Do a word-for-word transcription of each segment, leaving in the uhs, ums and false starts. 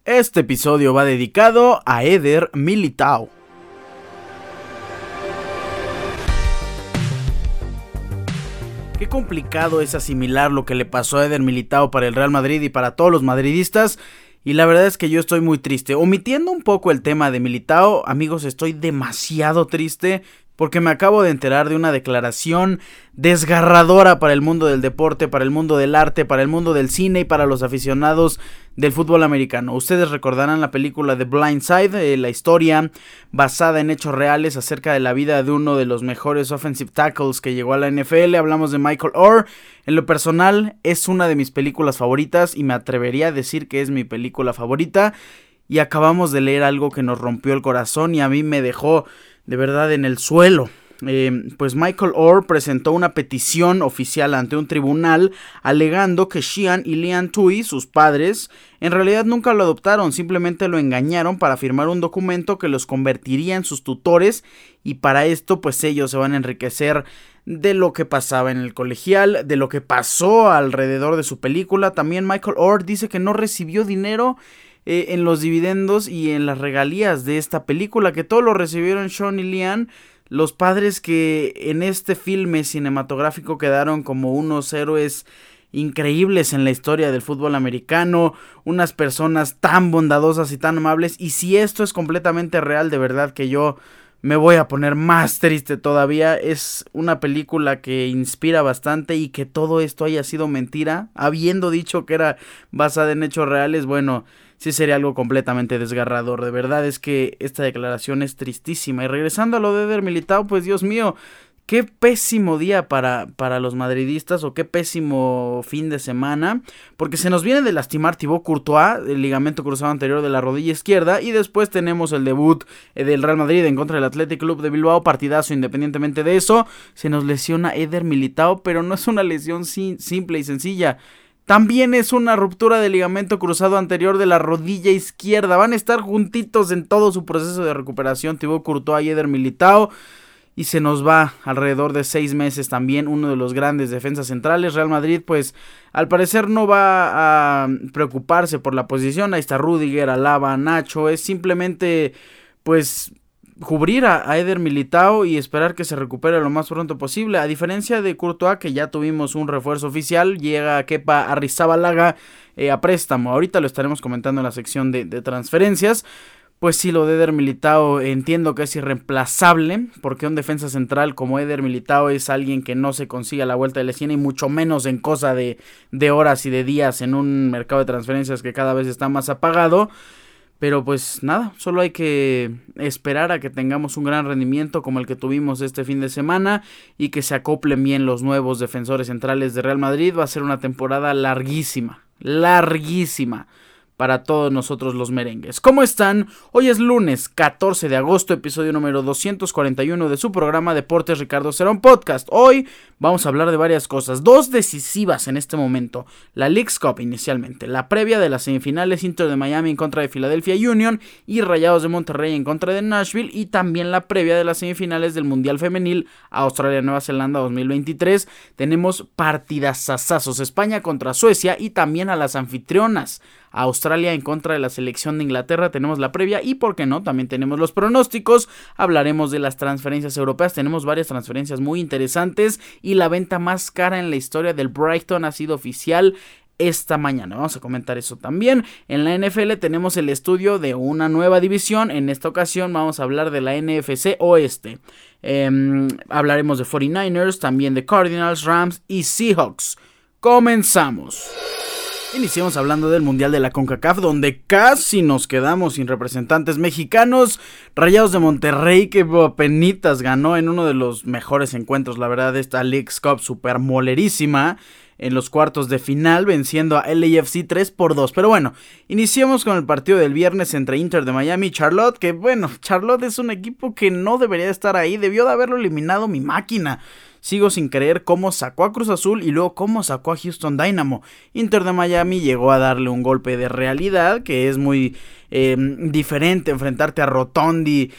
Este episodio va dedicado a Eder Militão. Qué complicado es asimilar lo que le pasó a Eder Militão para el Real Madrid y para todos los madridistas. Y la verdad es que yo estoy muy triste. Omitiendo un poco el tema de Militão, amigos, estoy demasiado triste porque me acabo de enterar de una declaración desgarradora para el mundo del deporte, para el mundo del arte, para el mundo del cine y para los aficionados del fútbol americano. Ustedes recordarán la película The Blind Side, eh, la historia basada en hechos reales acerca de la vida de uno de los mejores offensive tackles que llegó a la N F L. Hablamos de Michael Oher. En lo personal es una de mis películas favoritas y me atrevería a decir que es mi película favorita. Y acabamos de leer algo que nos rompió el corazón y a mí me dejó de verdad en el suelo. Eh, pues Michael Oher presentó una petición oficial ante un tribunal alegando que Sheehan y Leanne Tui, sus padres, en realidad nunca lo adoptaron, simplemente lo engañaron para firmar un documento que los convertiría en sus tutores y para esto pues ellos se van a enriquecer de lo que pasaba en el colegial, de lo que pasó alrededor de su película. También Michael Oher dice que no recibió dinero Eh, en los dividendos y en las regalías de esta película, que todo lo recibieron Sean y Leanne, los padres que en este filme cinematográfico quedaron como unos héroes increíbles en la historia del fútbol americano, unas personas tan bondadosas y tan amables. Y si esto es completamente real, de verdad que yo me voy a poner más triste todavía. Es una película que inspira bastante y que todo esto haya sido mentira, habiendo dicho que era basada en hechos reales, bueno, sí sería algo completamente desgarrador. De verdad es que esta declaración es tristísima. Y regresando a lo de Eder Militão, pues Dios mío, qué pésimo día para, para los madridistas o qué pésimo fin de semana, porque se nos viene de lastimar Thibaut Courtois, el ligamento cruzado anterior de la rodilla izquierda, y después tenemos el debut eh, del Real Madrid en contra del Athletic Club de Bilbao, partidazo. Independientemente de eso, se nos lesiona Eder Militão, pero no es una lesión si- simple y sencilla. También es una ruptura del ligamento cruzado anterior de la rodilla izquierda. Van a estar juntitos en todo su proceso de recuperación Thibaut Courtois y Eder Militão. Y se nos va alrededor de seis meses también uno de los grandes defensas centrales. Real Madrid pues al parecer no va a preocuparse por la posición. Ahí está Rudiger, Alaba, Nacho. Es simplemente pues cubrir a, a Eder Militão y esperar que se recupere lo más pronto posible. A diferencia de Courtois, que ya tuvimos un refuerzo oficial, llega Kepa Arrizabalaga eh, a préstamo. Ahorita lo estaremos comentando en la sección de, de transferencias. Pues sí, lo de Eder Militão entiendo que es irreemplazable, porque un defensa central como Eder Militão es alguien que no se consigue a la vuelta de la esquina y mucho menos en cosa de, de horas y de días en un mercado de transferencias que cada vez está más apagado. Pero pues nada, solo hay que esperar a que tengamos un gran rendimiento como el que tuvimos este fin de semana y que se acoplen bien los nuevos defensores centrales de Real Madrid. Va a ser una temporada larguísima, larguísima para todos nosotros los merengues. ¿Cómo están? Hoy es lunes catorce de agosto, episodio número doscientos cuarenta y uno de su programa Deportes Ricardo Cerón Podcast. Hoy vamos a hablar de varias cosas, dos decisivas en este momento. La Leagues Cup inicialmente, la previa de las semifinales, Inter de Miami en contra de Philadelphia Union y Rayados de Monterrey en contra de Nashville, y también la previa de las semifinales del Mundial Femenil Australia-Nueva Zelanda dos mil veintitrés. Tenemos partidazazazos, España contra Suecia y también a las anfitrionas Australia en contra de la selección de Inglaterra. Tenemos la previa y, por qué no, también tenemos los pronósticos. Hablaremos de las transferencias europeas. Tenemos varias transferencias muy interesantes y la venta más cara en la historia del Brighton ha sido oficial esta mañana. Vamos a comentar eso también. En la N F L tenemos el estudio de una nueva división. En esta ocasión vamos a hablar de la N F C Oeste. Eh, hablaremos de cuarenta y nueve ers, también de Cardinals, Rams y Seahawks. Comenzamos. Iniciamos hablando del Mundial de la CONCACAF, donde casi nos quedamos sin representantes mexicanos. Rayados de Monterrey, que apenitas ganó en uno de los mejores encuentros, la verdad, de esta Leagues Cup super molerísima, en los cuartos de final, venciendo a L A F C tres por dos. Pero bueno, iniciamos con el partido del viernes entre Inter de Miami y Charlotte, que bueno, Charlotte es un equipo que no debería estar ahí, debió de haberlo eliminado mi máquina. Sigo sin creer cómo sacó a Cruz Azul y luego cómo sacó a Houston Dynamo. Inter de Miami llegó a darle un golpe de realidad, que es muy eh, diferente enfrentarte a Rotondi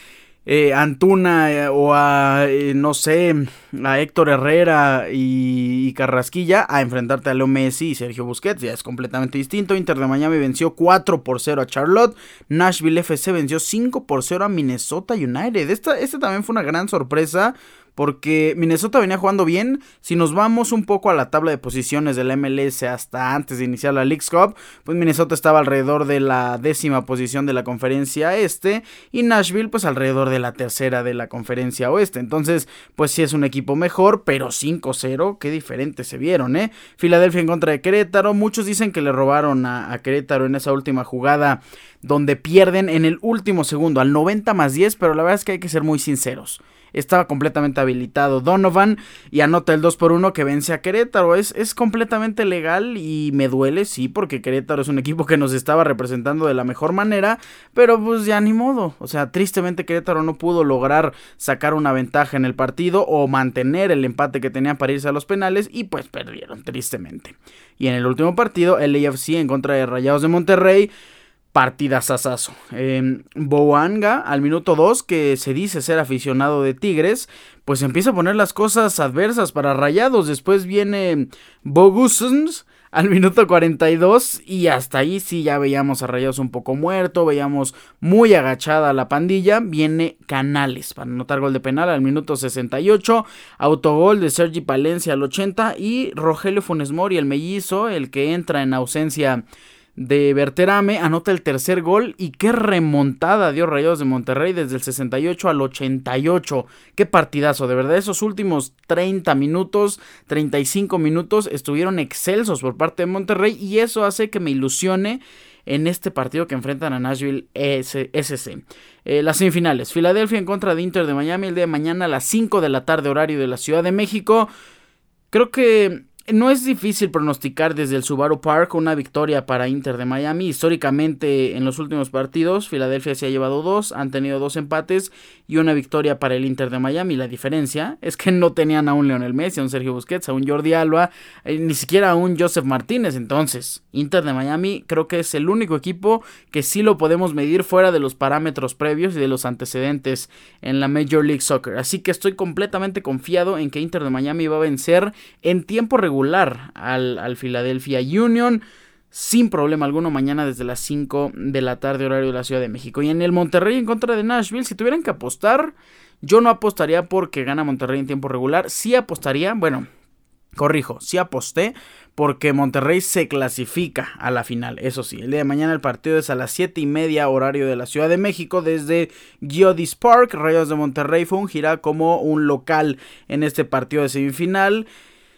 eh, Antuna eh, o a, eh, no sé, a Héctor Herrera y, y Carrasquilla a enfrentarte a Leo Messi y Sergio Busquets. Ya es completamente distinto. Inter de Miami venció cuatro por cero a Charlotte. Nashville F C venció cinco por cero a Minnesota United. Esta, esta también fue una gran sorpresa, porque Minnesota venía jugando bien. Si nos vamos un poco a la tabla de posiciones de la M L S hasta antes de iniciar la Leagues Cup, pues Minnesota estaba alrededor de la décima posición de la conferencia este y Nashville pues alrededor de la tercera de la conferencia oeste. Entonces pues sí es un equipo mejor, pero cinco cero, qué diferentes se vieron, ¿eh? Filadelfia en contra de Querétaro. Muchos dicen que le robaron a, a Querétaro en esa última jugada donde pierden en el último segundo al noventa más diez, pero la verdad es que hay que ser muy sinceros. Estaba completamente habilitado Donovan y anota el dos por uno que vence a Querétaro. Es, es completamente legal y me duele, sí, porque Querétaro es un equipo que nos estaba representando de la mejor manera, pero pues ya ni modo. O sea, tristemente Querétaro no pudo lograr sacar una ventaja en el partido o mantener el empate que tenían para irse a los penales y pues perdieron, tristemente. Y en el último partido, el A F C en contra de Rayados de Monterrey. Partidazazazo. Eh, Boanga al minuto dos, que se dice ser aficionado de Tigres, pues empieza a poner las cosas adversas para Rayados. Después viene Bogusons al minuto cuarenta y dos y hasta ahí sí ya veíamos a Rayados un poco muerto, veíamos muy agachada la pandilla. Viene Canales para anotar gol de penal al minuto sesenta y ocho, autogol de Sergi Palencia al ochenta y Rogelio Funes Mori, el mellizo, el que entra en ausencia de Berterame, anota el tercer gol. Y qué remontada dio Rayados de Monterrey desde el sesenta y ocho al ochenta y ocho. Qué partidazo, de verdad. Esos últimos treinta minutos, treinta y cinco minutos estuvieron excelsos por parte de Monterrey, y eso hace que me ilusione en este partido que enfrentan a Nashville S C. Eh, las semifinales, Filadelfia en contra de Inter de Miami el día de mañana a las cinco de la tarde, horario de la Ciudad de México. Creo que no es difícil pronosticar desde el Subaru Park una victoria para Inter de Miami. Históricamente, en los últimos partidos, Filadelfia se ha llevado dos, han tenido dos empates y una victoria para el Inter de Miami. La diferencia es que no tenían a un Lionel Messi, a un Sergio Busquets, a un Jordi Alba, eh, ni siquiera a un Joseph Martínez. Entonces, Inter de Miami creo que es el único equipo que sí lo podemos medir fuera de los parámetros previos y de los antecedentes en la Major League Soccer. Así que estoy completamente confiado en que Inter de Miami va a vencer en tiempo regular Al, al Philadelphia Union sin problema alguno mañana desde las cinco de la tarde, horario de la Ciudad de México. Y en el Monterrey en contra de Nashville, si tuvieran que apostar, yo no apostaría porque gana Monterrey en tiempo regular. Sí apostaría, bueno, corrijo, sí aposté porque Monterrey se clasifica a la final. Eso sí, el día de mañana el partido es a las siete y media, horario de la Ciudad de México, desde Geodis Park. Rayados de Monterrey fungirá como un local en este partido de semifinal.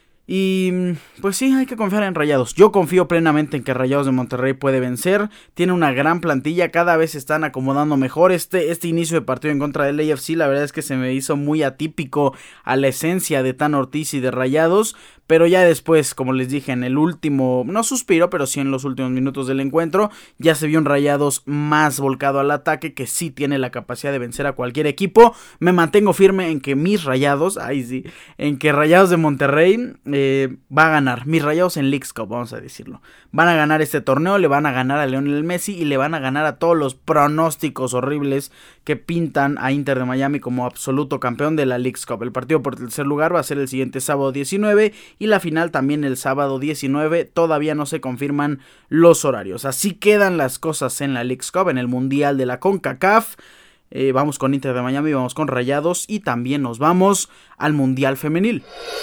Y pues sí, hay que confiar en Rayados. Yo confío plenamente en que Rayados de Monterrey puede vencer. Tiene una gran plantilla, cada vez se están acomodando mejor. Este, este inicio de partido en contra del A F C, la verdad es que se me hizo muy atípico a la esencia de Tan Ortiz y de Rayados. Pero ya después, como les dije, en el último, no suspiro, pero sí en los últimos minutos del encuentro, ya se vio un Rayados más volcado al ataque, que sí tiene la capacidad de vencer a cualquier equipo. Me mantengo firme en que mis Rayados, ay sí, en que Rayados de Monterrey eh, va a ganar. Mis Rayados en Leagues Cup, vamos a decirlo. Van a ganar este torneo, le van a ganar a Lionel Messi y le van a ganar a todos los pronósticos horribles que pintan a Inter de Miami como absoluto campeón de la Leagues Cup. El partido por tercer lugar va a ser el siguiente sábado diecinueve y la final también el sábado diecinueve. Todavía no se confirman los horarios. Así quedan las cosas en la Leagues Cup, en el Mundial de la CONCACAF. Eh, vamos con Inter de Miami, vamos con Rayados y también nos vamos al Mundial Femenil.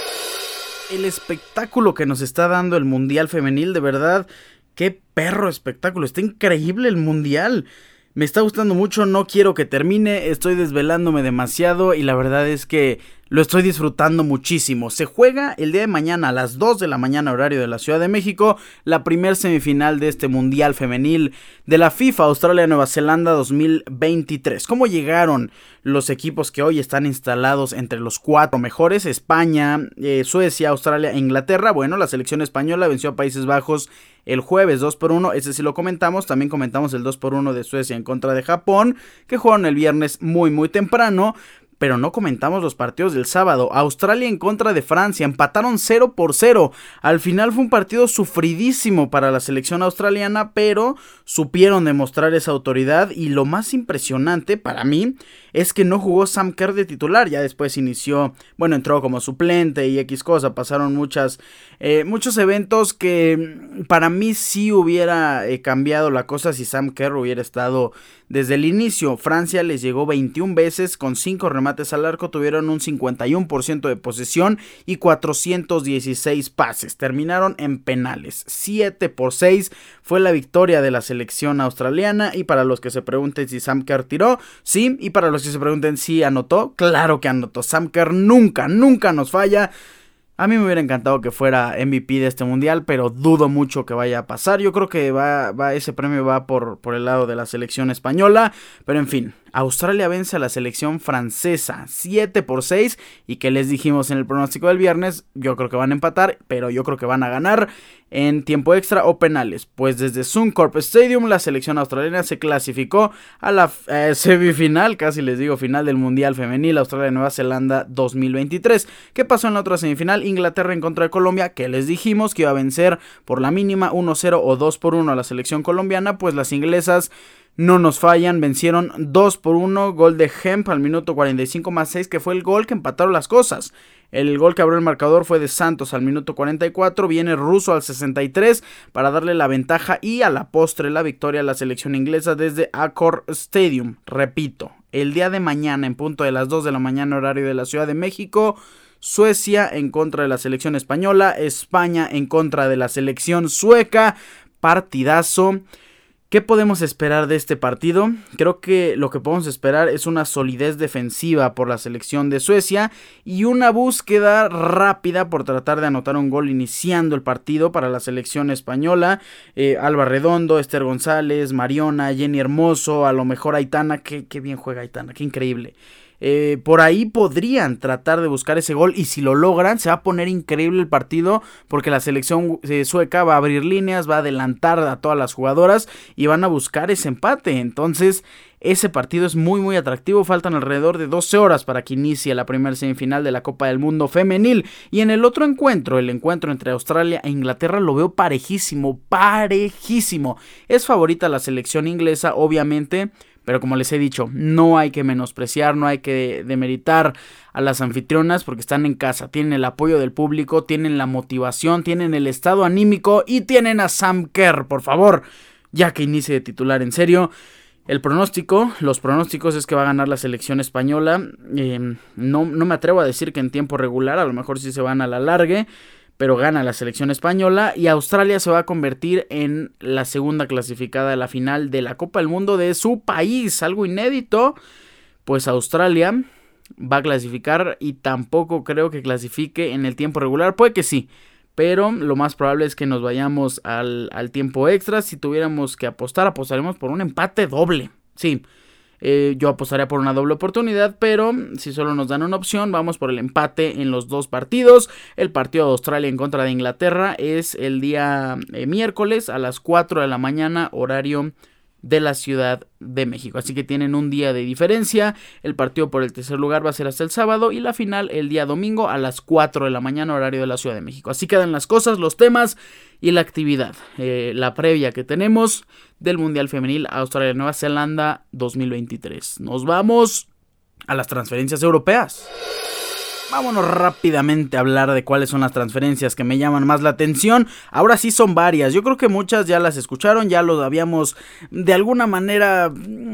El espectáculo que nos está dando el Mundial Femenil, de verdad, qué perro espectáculo. Está increíble el Mundial. Me está gustando mucho, no quiero que termine, estoy desvelándome demasiado y la verdad es que lo estoy disfrutando muchísimo. Se juega el día de mañana a las dos de la mañana, horario de la Ciudad de México, la primer semifinal de este Mundial Femenil de la FIFA Australia-Nueva Zelanda dos mil veintitrés. ¿Cómo llegaron los equipos que hoy están instalados entre los cuatro mejores? España, eh, Suecia, Australia e Inglaterra. Bueno, la selección española venció a Países Bajos el jueves dos por uno, ese sí lo comentamos. También comentamos el dos por uno de Suecia en contra de Japón, que jugaron el viernes muy muy temprano. Pero no comentamos los partidos del sábado. Australia en contra de Francia, empataron cero por cero. Al final fue un partido sufridísimo para la selección australiana, pero supieron demostrar esa autoridad. Y lo más impresionante para mí es que no jugó Sam Kerr de titular. Ya después inició, bueno, entró como suplente y X cosa. Pasaron muchas, eh, muchos eventos que para mí sí hubiera eh, cambiado la cosa si Sam Kerr hubiera estado desde el inicio. Francia les llegó veintiuna veces con cinco remates al arco, tuvieron un cincuenta y uno por ciento de posesión y cuatrocientos dieciséis pases. Terminaron en penales. siete por seis fue la victoria de la selección australiana. Y para los que se pregunten si Sam Kerr tiró, sí. Y para los que se pregunten si anotó, claro que anotó. Sam Kerr nunca, nunca nos falla. A mí me hubiera encantado que fuera M V P de este mundial, pero dudo mucho que vaya a pasar. Yo creo que va, va ese premio va por, por el lado de la selección española. Pero en fin, Australia vence a la selección francesa siete por seis. Y que les dijimos en el pronóstico del viernes, yo creo que van a empatar, pero yo creo que van a ganar en tiempo extra o penales. Pues desde Suncorp Stadium la selección australiana se clasificó a la eh, semifinal, casi les digo final del Mundial Femenil Australia-Nueva Zelanda dos mil veintitrés. ¿Qué pasó en la otra semifinal? Inglaterra en contra de Colombia, que les dijimos que iba a vencer por la mínima uno cero o dos por uno a la selección colombiana. Pues las inglesas no nos fallan, vencieron dos por uno, gol de Hemp al minuto cuarenta y cinco más seis, que fue el gol que empataron las cosas. El gol que abrió el marcador fue de Santos al minuto cuarenta y cuatro, viene Russo al sesenta y tres para darle la ventaja y a la postre la victoria a la selección inglesa desde Accor Stadium. Repito, el día de mañana en punto de las dos de la mañana horario de la Ciudad de México, Suecia en contra de la selección española, España en contra de la selección sueca, partidazo. ¿Qué podemos esperar de este partido? Creo que lo que podemos esperar es una solidez defensiva por la selección de Suecia y una búsqueda rápida por tratar de anotar un gol iniciando el partido para la selección española. Eh, Alba Redondo, Esther González, Mariona, Jenny Hermoso, a lo mejor Aitana, qué, qué bien juega Aitana, qué increíble. Eh, por ahí podrían tratar de buscar ese gol y si lo logran se va a poner increíble el partido porque la selección eh, sueca va a abrir líneas, va a adelantar a todas las jugadoras y van a buscar ese empate. Entonces ese partido es muy muy atractivo. Faltan alrededor de doce horas para que inicie la primera semifinal de la Copa del Mundo femenil. Y en el otro encuentro, el encuentro entre Australia e Inglaterra, lo veo parejísimo, parejísimo. Es favorita la selección inglesa, obviamente, pero como les he dicho, no hay que menospreciar, no hay que demeritar a las anfitrionas porque están en casa, tienen el apoyo del público, tienen la motivación, tienen el estado anímico y tienen a Sam Kerr, por favor, ya que inicie de titular en serio. El pronóstico, los pronósticos es que va a ganar la selección española. Eh, no, no me atrevo a decir que en tiempo regular, a lo mejor sí se van a la largue, pero gana la selección española y Australia se va a convertir en la segunda clasificada de la final de la Copa del Mundo de su país, algo inédito. Pues Australia va a clasificar y tampoco creo que clasifique en el tiempo regular, puede que sí, pero lo más probable es que nos vayamos al, al tiempo extra. Si tuviéramos que apostar, apostaremos por un empate doble, sí. Eh, yo apostaría por una doble oportunidad, pero si solo nos dan una opción, vamos por el empate en los dos partidos. El partido de Australia en contra de Inglaterra es el día eh, miércoles a las cuatro de la mañana, horario de la Ciudad de México. Así que tienen un día de diferencia. El partido por el tercer lugar va a ser hasta el sábado y la final el día domingo a las cuatro de la mañana, horario de la Ciudad de México. Así quedan las cosas, los temas y la actividad. Eh, la previa que tenemos del Mundial Femenil Australia-Nueva Zelanda dos mil veintitrés. Nos vamos a las transferencias europeas. Vámonos rápidamente a hablar de cuáles son las transferencias que me llaman más la atención. Ahora sí son varias, yo creo que muchas ya las escucharon, ya lo habíamos de alguna manera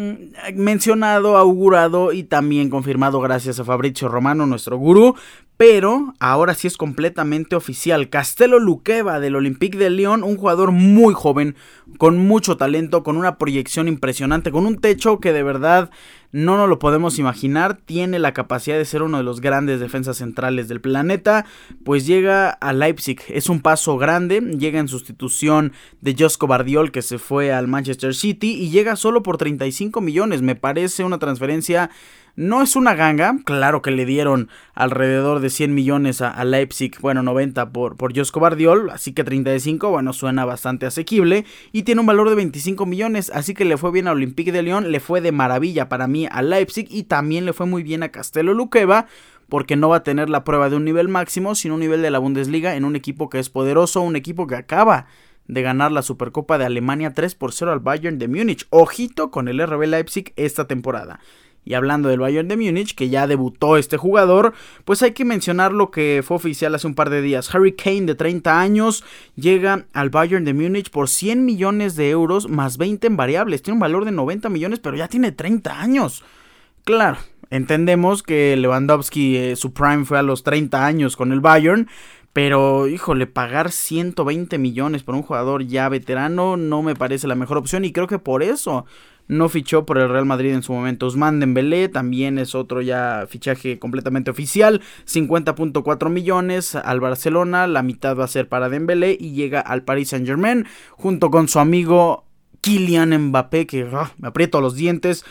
mencionado, augurado y también confirmado gracias a Fabrizio Romano, nuestro gurú. Pero ahora sí es completamente oficial. Castelo Luqueva del Olympique de Lyon, un jugador muy joven, con mucho talento, con una proyección impresionante, con un techo que de verdad no nos lo podemos imaginar. Tiene la capacidad de ser uno de los grandes defensas centrales del planeta. Pues llega a Leipzig, es un paso grande, llega en sustitución de Josko Bardiol, que se fue al Manchester City, y llega solo por treinta y cinco millones. Me parece una transferencia No es una ganga, claro que le dieron alrededor de cien millones a, a Leipzig, bueno, noventa por, por Josko Gvardiol, así que treinta y cinco, bueno, suena bastante asequible, y tiene un valor de veinticinco millones, así que le fue bien a Olympique de Lyon, le fue de maravilla para mí a Leipzig, y también le fue muy bien a Castello Luqueva, porque no va a tener la prueba de un nivel máximo, sino un nivel de la Bundesliga en un equipo que es poderoso, un equipo que acaba de ganar la Supercopa de Alemania tres por cero al Bayern de Múnich. Ojito con el R B Leipzig esta temporada. Y hablando del Bayern de Múnich, que ya debutó este jugador, pues hay que mencionar lo que fue oficial hace un par de días. Harry Kane, de treinta años, llega al Bayern de Múnich por cien millones de euros más veinte en variables. Tiene un valor de noventa millones, pero ya tiene treinta años. Claro, entendemos que Lewandowski, eh, su prime fue a los treinta años con el Bayern, pero, híjole, pagar ciento veinte millones por un jugador ya veterano no me parece la mejor opción, y creo que por eso no fichó por el Real Madrid en su momento. Ousmane Dembélé también es otro ya fichaje completamente oficial, cincuenta punto cuatro millones al Barcelona, la mitad va a ser para Dembélé y llega al Paris Saint-Germain junto con su amigo Kylian Mbappé, que uh, me aprieto los dientes.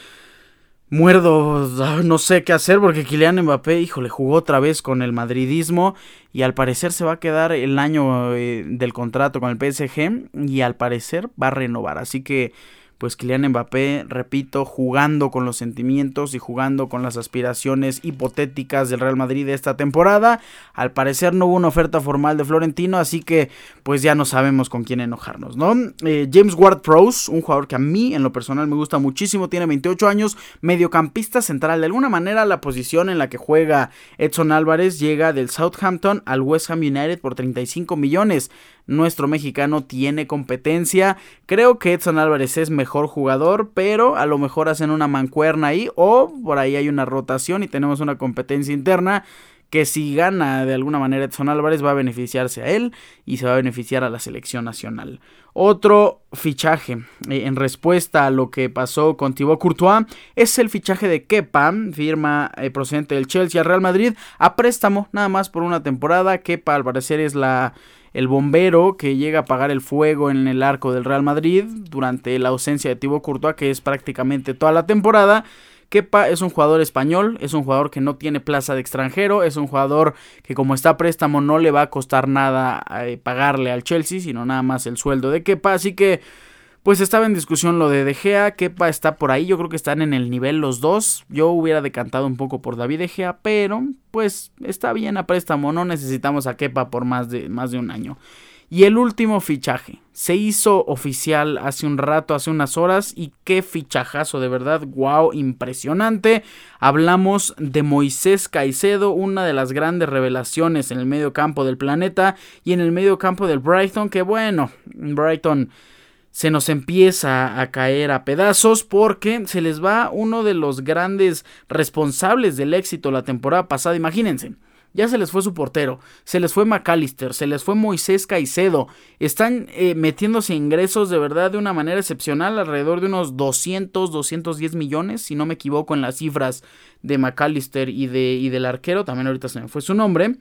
Muerdo, no sé qué hacer porque Kylian Mbappé, híjole, jugó otra vez con el madridismo y al parecer se va a quedar el año eh, del contrato con el P S G y al parecer va a renovar. Así que, pues Kylian Mbappé, repito, jugando con los sentimientos y jugando con las aspiraciones hipotéticas del Real Madrid de esta temporada. Al parecer no hubo una oferta formal de Florentino, así que pues ya no sabemos con quién enojarnos, ¿no? Eh, James Ward-Prowse, un jugador que a mí en lo personal me gusta muchísimo, tiene veintiocho años, mediocampista central. De alguna manera la posición en la que juega Edson Álvarez llega del Southampton al West Ham United por treinta y cinco millones. Nuestro mexicano tiene competencia. Creo que Edson Álvarez es mejor jugador, pero a lo mejor hacen una mancuerna ahí o por ahí hay una rotación y tenemos una competencia interna que si gana de alguna manera Edson Álvarez va a beneficiarse a él y se va a beneficiar a la selección nacional. Otro fichaje eh, en respuesta a lo que pasó con Thibaut Courtois es el fichaje de Kepa, firma eh, procedente del Chelsea al Real Madrid a préstamo nada más por una temporada. Kepa al parecer es la... el bombero que llega a apagar el fuego en el arco del Real Madrid durante la ausencia de Thibaut Courtois, que es prácticamente toda la temporada. Kepa es un jugador español, es un jugador que no tiene plaza de extranjero, es un jugador que como está a préstamo no le va a costar nada eh, pagarle al Chelsea, sino nada más el sueldo de Kepa, así que pues estaba en discusión lo de De Gea. Kepa está por ahí, yo creo que están en el nivel los dos. Yo hubiera decantado un poco por David De Gea, pero pues está bien a préstamo, no necesitamos a Kepa por más de, más de un año. Y el último fichaje se hizo oficial hace un rato, hace unas horas, y qué fichajazo, de verdad, wow, impresionante. Hablamos de Moisés Caicedo, una de las grandes revelaciones en el medio campo del planeta y en el medio campo del Brighton, que bueno, Brighton se nos empieza a caer a pedazos porque se les va uno de los grandes responsables del éxito la temporada pasada. Imagínense, ya se les fue su portero, se les fue McAllister, se les fue Moisés Caicedo. Están eh, metiéndose ingresos de verdad de una manera excepcional, alrededor de unos doscientos, doscientos diez millones, si no me equivoco en las cifras de McAllister y, de, y del arquero, también ahorita se me fue su nombre.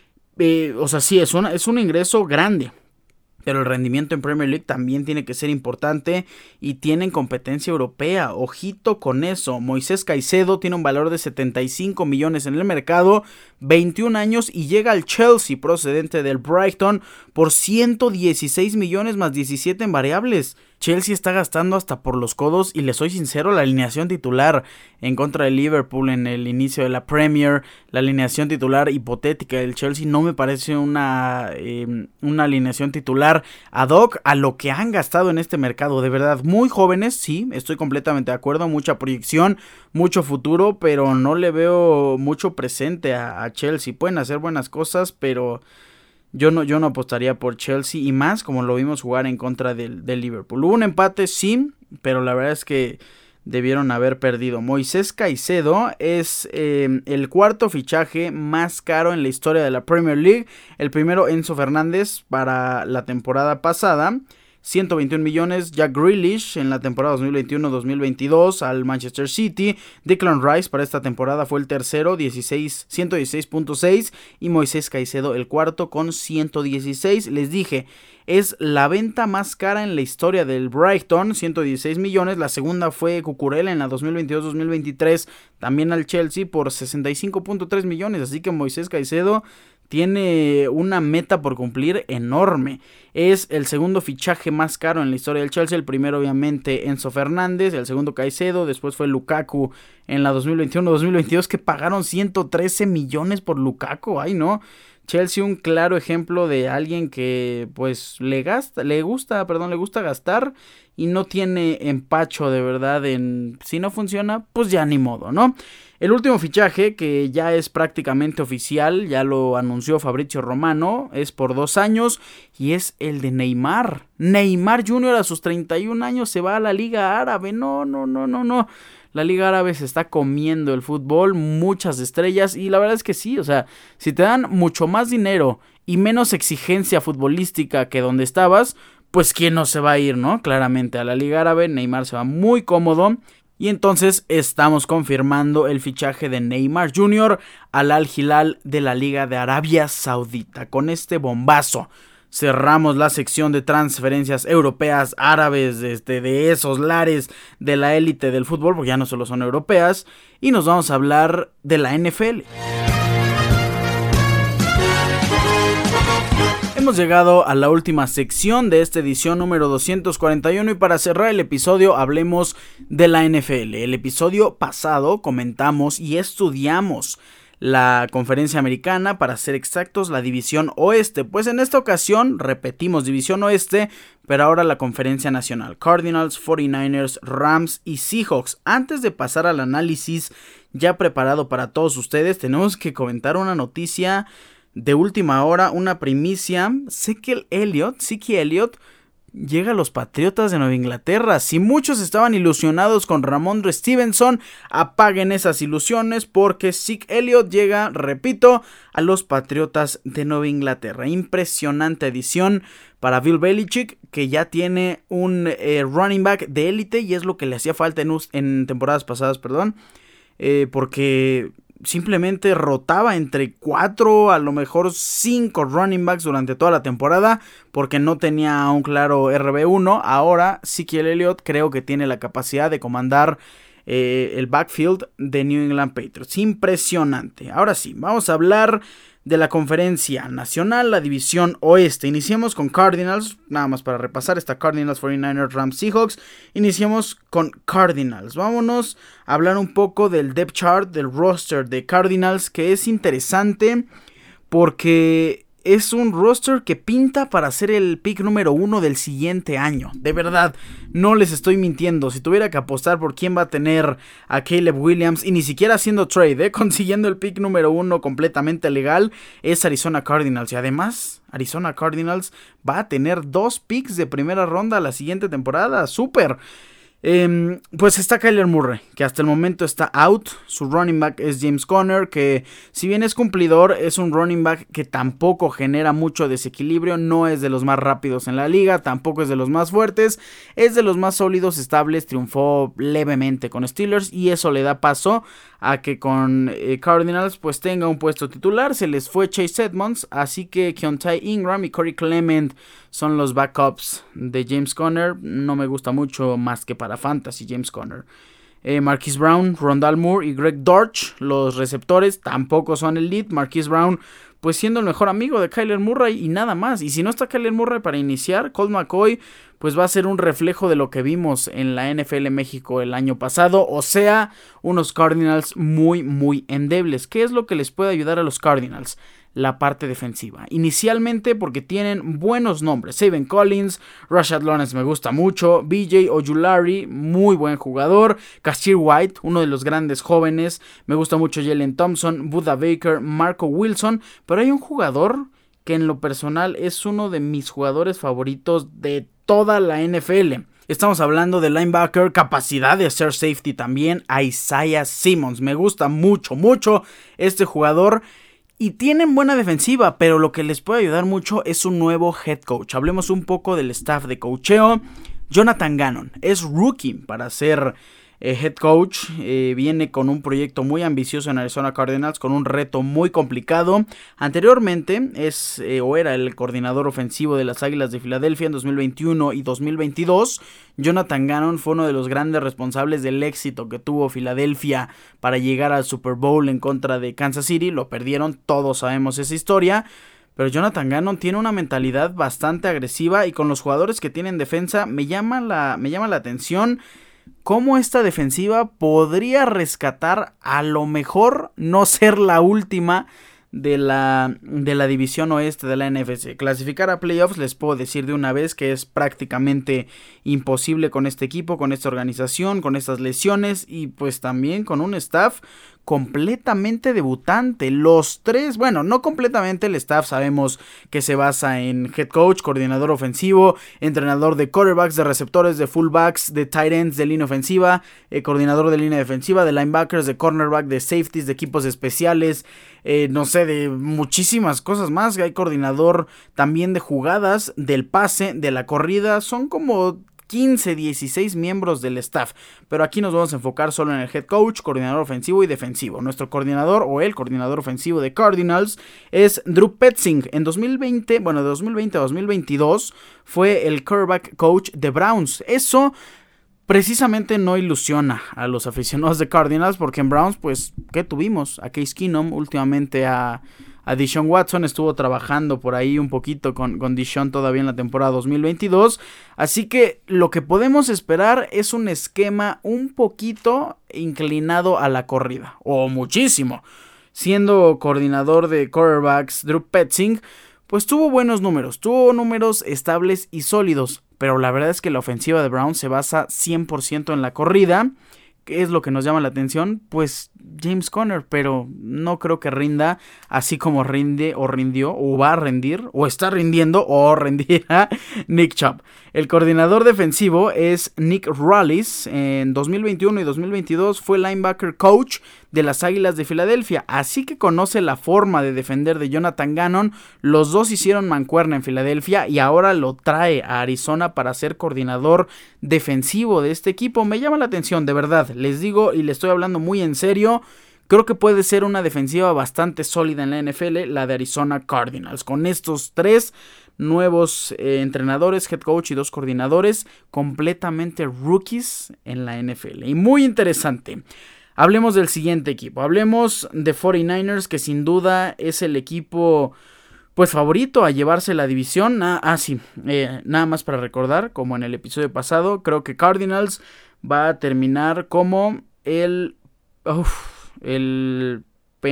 Eh, o sea, sí, es, una, es un ingreso grande. Pero el rendimiento en Premier League también tiene que ser importante y tienen competencia europea. Ojito con eso. Moisés Caicedo tiene un valor de setenta y cinco millones en el mercado, veintiún años, y llega al Chelsea procedente del Brighton por ciento dieciséis millones más diecisiete en variables. Chelsea está gastando hasta por los codos y les soy sincero, la alineación titular en contra de Liverpool en el inicio de la Premier, la alineación titular hipotética del Chelsea no me parece una, eh, una alineación titular ad hoc a lo que han gastado en este mercado. De verdad, muy jóvenes, sí, estoy completamente de acuerdo, mucha proyección, mucho futuro, pero no le veo mucho presente a, a Chelsea. Pueden hacer buenas cosas, pero... Yo no, yo no apostaría por Chelsea y más como lo vimos jugar en contra del, del Liverpool. Hubo un empate, sí, pero la verdad es que debieron haber perdido. Moisés Caicedo es eh, el cuarto fichaje más caro en la historia de la Premier League. El primero, Enzo Fernández, para la temporada pasada. ciento veintiún millones. Jack Grealish en la temporada dos mil veintiuno dos mil veintidós al Manchester City. Declan Rice para esta temporada fue el tercero, ciento dieciséis punto seis. Y Moisés Caicedo el cuarto con ciento dieciséis. Les dije, es la venta más cara en la historia del Brighton, ciento dieciséis millones. La segunda fue Cucurella en la dos mil veintidós dos mil veintitrés, también al Chelsea por sesenta y cinco punto tres millones. Así que Moisés Caicedo tiene una meta por cumplir enorme. Es el segundo fichaje más caro en la historia del Chelsea. El primero obviamente Enzo Fernández, el segundo Caicedo, después fue Lukaku en la dos mil veintiuno dos mil veintidós, que pagaron ciento trece millones por Lukaku. Ay, no. Chelsea, un claro ejemplo de alguien que pues le gasta, le gusta, perdón, le gusta gastar y no tiene empacho de verdad en si no funciona, pues ya ni modo, ¿no? El último fichaje, que ya es prácticamente oficial, ya lo anunció Fabrizio Romano, es por dos años y es el de Neymar. Neymar junior a sus treinta y un años se va a la Liga Árabe. No, no, no, no, no. La Liga Árabe se está comiendo el fútbol, muchas estrellas, y la verdad es que sí, o sea, si te dan mucho más dinero y menos exigencia futbolística que donde estabas, pues quién no se va a ir, ¿no? Claramente a la Liga Árabe. Neymar se va muy cómodo. Y entonces estamos confirmando el fichaje de Neymar junior al Al Hilal de la Liga de Arabia Saudita. Con este bombazo cerramos la sección de transferencias europeas, árabes, desde de esos lares de la élite del fútbol, porque ya no solo son europeas, y nos vamos a hablar de la N F L. Hemos llegado a la última sección de esta edición número doscientos cuarenta y uno y para cerrar el episodio hablemos de la N F L. El episodio pasado comentamos y estudiamos la conferencia americana, para ser exactos la división oeste, pues en esta ocasión repetimos división oeste, pero ahora la conferencia nacional: Cardinals, cuarenta y nueve ers, Rams y Seahawks. Antes de pasar al análisis ya preparado para todos ustedes, tenemos que comentar una noticia de última hora, una primicia. Ezekiel Elliott, Zeke Elliott llega a los Patriotas de Nueva Inglaterra. Si muchos estaban ilusionados con Ramondre Stevenson, apaguen esas ilusiones, porque Zeke Elliott llega, repito, a los Patriotas de Nueva Inglaterra. Impresionante edición para Bill Belichick, que ya tiene un eh, running back de élite, y es lo que le hacía falta en, en temporadas pasadas, perdón, eh, porque simplemente rotaba entre cuatro, a lo mejor cinco running backs durante toda la temporada, porque no tenía un claro R B uno. Ahora Ezekiel Elliott creo que tiene la capacidad de comandar eh, el backfield de New England Patriots. Impresionante. Ahora sí, vamos a hablar de la conferencia nacional, la división oeste. Iniciamos con Cardinals, nada más para repasar, está Cardinals, cuarenta y nueve ers, Rams, Seahawks. Iniciamos con Cardinals. Vámonos a hablar un poco del depth chart, del roster de Cardinals, que es interesante porque es un roster que pinta para ser el pick número uno del siguiente año. De verdad, no les estoy mintiendo. Si tuviera que apostar por quién va a tener a Caleb Williams, y ni siquiera haciendo trade, ¿eh? consiguiendo el pick número uno completamente legal, es Arizona Cardinals. Y además, Arizona Cardinals va a tener dos picks de primera ronda la siguiente temporada. ¡Súper! Eh, pues está Kyler Murray, que hasta el momento está out. Su running back es James Conner, que si bien es cumplidor, es un running back que tampoco genera mucho desequilibrio. No es de los más rápidos en la liga, tampoco es de los más fuertes, es de los más sólidos, estables. Triunfó levemente con Steelers, y eso le da paso a que con eh, Cardinals pues tenga un puesto titular. Se les fue Chase Edmonds, así que Keontae Ingram y Corey Clement son los backups de James Conner. No me gusta mucho más que para fantasy James Conner. Eh, Marquise Brown, Rondale Moore y Greg Dortch, los receptores, tampoco son el lead. Marquise Brown pues siendo el mejor amigo de Kyler Murray y nada más. Y si no está Kyler Murray para iniciar, Colt McCoy pues va a ser un reflejo de lo que vimos en la N F L México el año pasado, o sea, unos Cardinals muy muy endebles. ¿Qué es lo que les puede ayudar a los Cardinals? La parte defensiva. Inicialmente porque tienen buenos nombres. Zaven Collins, Rashad Lawrence me gusta mucho, B J Ojulari, muy buen jugador, Kashir White, uno de los grandes jóvenes, me gusta mucho Jalen Thompson, Buda Baker, Marco Wilson, pero hay un jugador que en lo personal es uno de mis jugadores favoritos de toda la N F L. Estamos hablando de linebacker, capacidad de hacer safety también, Isaiah Simmons. Me gusta mucho, mucho este jugador. Y tienen buena defensiva, pero lo que les puede ayudar mucho es un nuevo head coach. Hablemos un poco del staff de coacheo. Jonathan Gannon es rookie para ser eh, head coach. Eh, viene con un proyecto muy ambicioso en Arizona Cardinals, con un reto muy complicado. Anteriormente es eh, o era el coordinador ofensivo de las Águilas de Filadelfia en dos mil veintiuno y dos mil veintidós. Jonathan Gannon fue uno de los grandes responsables del éxito que tuvo Filadelfia para llegar al Super Bowl en contra de Kansas City. Lo perdieron, todos sabemos esa historia. Pero Jonathan Gannon tiene una mentalidad bastante agresiva y con los jugadores que tiene en defensa me llama la, me llama la atención cómo esta defensiva podría rescatar, a lo mejor no ser la última de la, de la división oeste de la N F C. Clasificar a playoffs les puedo decir de una vez que es prácticamente imposible con este equipo, con esta organización, con estas lesiones y pues también con un staff completamente debutante. Los tres, bueno, no completamente, el staff sabemos que se basa en head coach, coordinador ofensivo, entrenador de quarterbacks, de receptores, de fullbacks, de tight ends, de línea ofensiva, eh, coordinador de línea defensiva, de linebackers, de cornerback, de safeties, de equipos especiales, eh, no sé, de muchísimas cosas más. Hay coordinador también de jugadas, del pase, de la corrida. Son como quince, dieciséis miembros del staff, pero aquí nos vamos a enfocar solo en el head coach, coordinador ofensivo y defensivo. Nuestro coordinador o el coordinador ofensivo de Cardinals es Drew Petzing. En dos mil veinte, bueno, de dos mil veinte a dos mil veintidós fue el quarterback coach de Browns. Eso precisamente no ilusiona a los aficionados de Cardinals, porque en Browns, pues, ¿qué tuvimos? A Case Keenum, últimamente a... A Deshaun Watson, estuvo trabajando por ahí un poquito con, con Deshaun todavía en la temporada dos mil veintidós. Así que lo que podemos esperar es un esquema un poquito inclinado a la corrida. O muchísimo. Siendo coordinador de quarterbacks Drew Petzing, pues tuvo buenos números. Tuvo números estables y sólidos. Pero la verdad es que la ofensiva de Browns se basa cien por ciento en la corrida. ¿Qué es lo que nos llama la atención? Pues James Conner, pero no creo que rinda así como rinde o rindió o va a rendir o está rindiendo o rendirá Nick Chubb. El coordinador defensivo es Nick Rallis. En dos mil veintiuno y dos mil veintidós fue linebacker coach de las Águilas de Filadelfia, así que conoce la forma de defender de Jonathan Gannon. Los dos hicieron mancuerna en Filadelfia y ahora lo trae a Arizona para ser coordinador defensivo de este equipo. Me llama la atención, de verdad, les digo y le estoy hablando muy en serio. Creo que puede ser una defensiva bastante sólida en la N F L, la de Arizona Cardinals, con estos tres nuevos eh, entrenadores, head coach y dos coordinadores completamente rookies en la N F L. Y muy interesante. Hablemos del siguiente equipo, hablemos de cuarenta y nueve ers, que sin duda es el equipo pues favorito a llevarse la división. Ah, ah sí, eh, nada más para recordar, como en el episodio pasado, creo que Cardinals va a terminar como el, uf, el